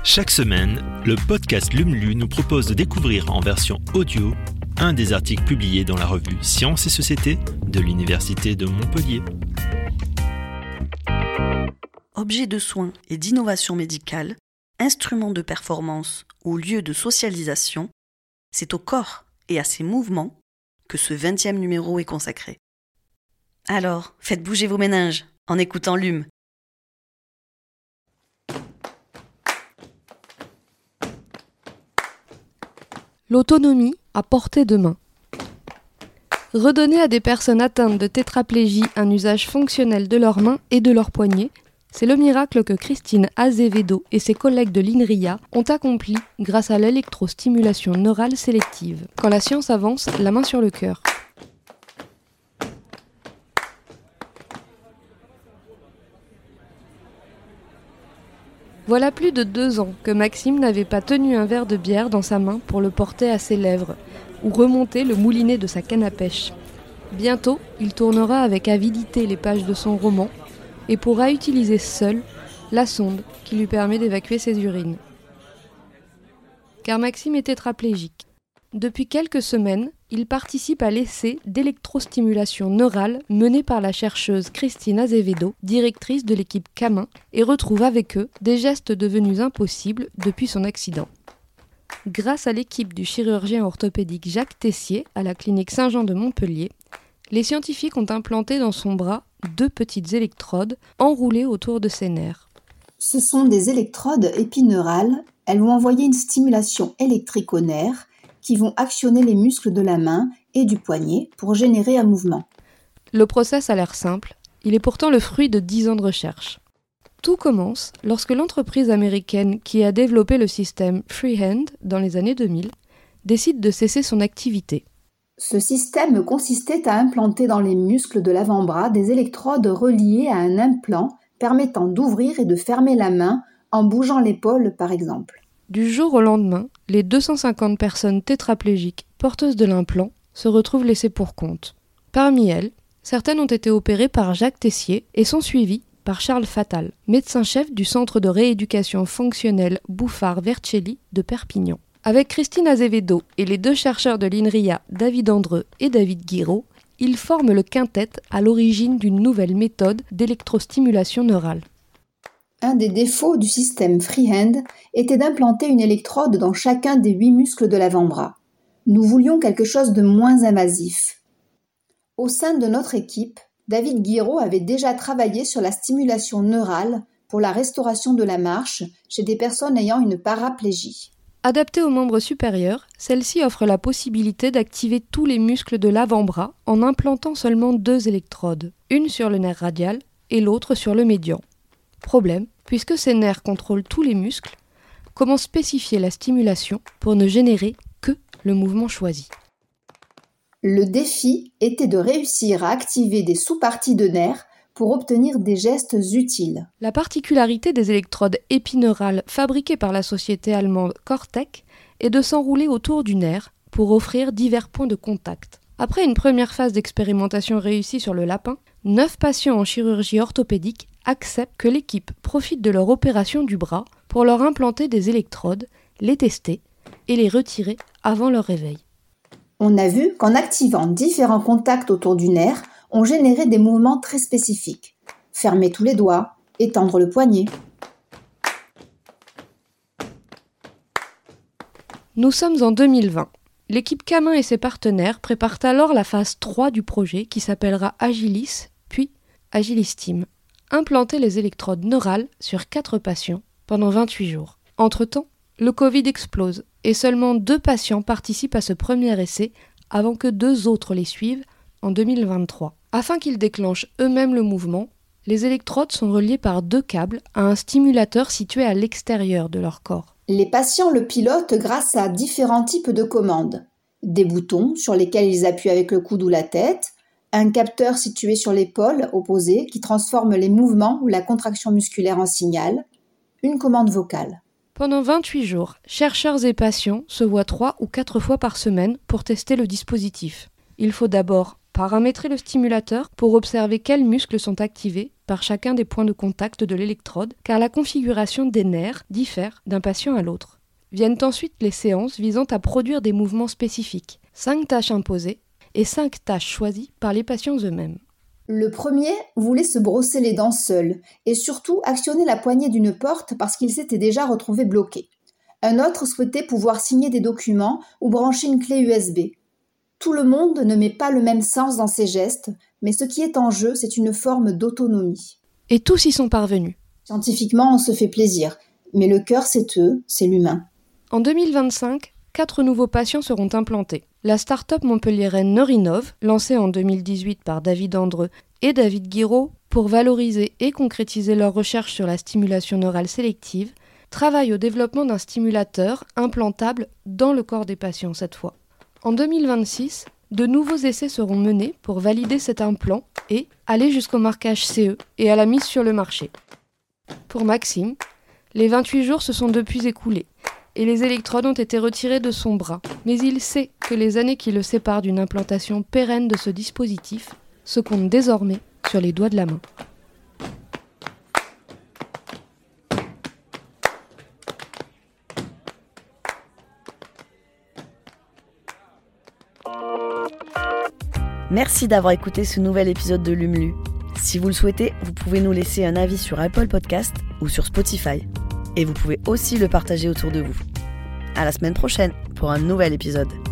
Chaque semaine, le podcast LUMLU nous propose de découvrir en version audio un des articles publiés dans la revue Sciences et Société de l'Université de Montpellier. Objets de soins et d'innovation médicale, instruments de performance ou lieux de socialisation, c'est au corps et à ses mouvements que ce 20e numéro est consacré. Alors, faites bouger vos méninges en écoutant LUM. L'autonomie à portée de main. Redonner à des personnes atteintes de tétraplégie un usage fonctionnel de leurs mains et de leurs poignets, c'est le miracle que Christine Azevedo et ses collègues de l'INRIA ont accompli grâce à l'électrostimulation neurale sélective. Quand la science avance, la main sur le cœur. Voilà plus de 2 ans que Maxime n'avait pas tenu un verre de bière dans sa main pour le porter à ses lèvres, ou remonter le moulinet de sa canne à pêche. Bientôt, il tournera avec avidité les pages de son roman, et pourra utiliser seul la sonde qui lui permet d'évacuer ses urines. Car Maxime est tétraplégique. Depuis quelques semaines, il participe à l'essai d'électrostimulation neurale mené par la chercheuse Christine Azevedo, directrice de l'équipe Camin, et retrouve avec eux des gestes devenus impossibles depuis son accident. Grâce à l'équipe du chirurgien orthopédique Jacques Tessier à la clinique Saint-Jean de Montpellier, les scientifiques ont implanté dans son bras 2 petites électrodes enroulées autour de ses nerfs. Ce sont des électrodes épineurales. Elles vont envoyer une stimulation électrique aux nerfs qui vont actionner les muscles de la main et du poignet pour générer un mouvement. Le process a l'air simple, il est pourtant le fruit de 10 ans de recherche. Tout commence lorsque l'entreprise américaine qui a développé le système Freehand dans les années 2000 décide de cesser son activité. Ce système consistait à implanter dans les muscles de l'avant-bras des électrodes reliées à un implant permettant d'ouvrir et de fermer la main en bougeant l'épaule par exemple. Du jour au lendemain, les 250 personnes tétraplégiques porteuses de l'implant se retrouvent laissées pour compte. Parmi elles, certaines ont été opérées par Jacques Tessier et sont suivies par Charles Fatal, médecin-chef du centre de rééducation fonctionnelle Bouffard-Vercelli de Perpignan. Avec Christine Azevedo et les 2 chercheurs de l'INRIA, David Andreu et David Guiraud, ils forment le quintet à l'origine d'une nouvelle méthode d'électrostimulation neurale. Un des défauts du système Freehand était d'implanter une électrode dans chacun des 8 muscles de l'avant-bras. Nous voulions quelque chose de moins invasif. Au sein de notre équipe, David Guiraud avait déjà travaillé sur la stimulation neurale pour la restauration de la marche chez des personnes ayant une paraplégie. Adaptée aux membres supérieurs, celle-ci offre la possibilité d'activer tous les muscles de l'avant-bras en implantant seulement 2 électrodes, une sur le nerf radial et l'autre sur le médian. Problème, puisque ces nerfs contrôlent tous les muscles, comment spécifier la stimulation pour ne générer que le mouvement choisi ? Le défi était de réussir à activer des sous-parties de nerfs pour obtenir des gestes utiles. La particularité des électrodes épineurales fabriquées par la société allemande Cortec est de s'enrouler autour du nerf pour offrir divers points de contact. Après une première phase d'expérimentation réussie sur le lapin, 9 patients en chirurgie orthopédique acceptent que l'équipe profite de leur opération du bras pour leur implanter des électrodes, les tester et les retirer avant leur réveil. On a vu qu'en activant différents contacts autour du nerf, on générait des mouvements très spécifiques. Fermer tous les doigts, étendre le poignet. Nous sommes en 2020. L'équipe Camin et ses partenaires préparent alors la phase 3 du projet qui s'appellera Agilis, puis Agilis-Team. Implanter les électrodes neurales sur 4 patients pendant 28 jours. Entre-temps, le Covid explose et seulement 2 patients participent à ce premier essai avant que 2 autres les suivent en 2023. Afin qu'ils déclenchent eux-mêmes le mouvement, les électrodes sont reliées par 2 câbles à un stimulateur situé à l'extérieur de leur corps. Les patients le pilotent grâce à différents types de commandes. Des boutons sur lesquels ils appuient avec le coude ou la tête, un capteur situé sur l'épaule opposée qui transforme les mouvements ou la contraction musculaire en signal, une commande vocale. Pendant 28 jours, chercheurs et patients se voient 3 ou 4 fois par semaine pour tester le dispositif. Il faut d'abord paramétrer le stimulateur pour observer quels muscles sont activés par chacun des points de contact de l'électrode, car la configuration des nerfs diffère d'un patient à l'autre. Viennent ensuite les séances visant à produire des mouvements spécifiques, 5 tâches imposées et 5 tâches choisies par les patients eux-mêmes. Le premier voulait se brosser les dents seul et surtout actionner la poignée d'une porte parce qu'il s'était déjà retrouvé bloqué. Un autre souhaitait pouvoir signer des documents ou brancher une clé USB. Tout le monde ne met pas le même sens dans ses gestes, mais ce qui est en jeu, c'est une forme d'autonomie. Et tous y sont parvenus. Scientifiquement, on se fait plaisir, mais le cœur, c'est eux, c'est l'humain. En 2025, 4 nouveaux patients seront implantés. La start-up montpelliéraine Neurinov, lancée en 2018 par David Andreu et David Guiraud pour valoriser et concrétiser leurs recherches sur la stimulation neurale sélective, travaille au développement d'un stimulateur implantable dans le corps des patients cette fois. En 2026, de nouveaux essais seront menés pour valider cet implant et aller jusqu'au marquage CE et à la mise sur le marché. Pour Maxime, les 28 jours se sont depuis écoulés et les électrodes ont été retirées de son bras. Mais il sait que les années qui le séparent d'une implantation pérenne de ce dispositif se comptent désormais sur les doigts de la main. Merci d'avoir écouté ce nouvel épisode de Lumlu. Si vous le souhaitez, vous pouvez nous laisser un avis sur Apple Podcast ou sur Spotify. Et vous pouvez aussi le partager autour de vous. À la semaine prochaine pour un nouvel épisode.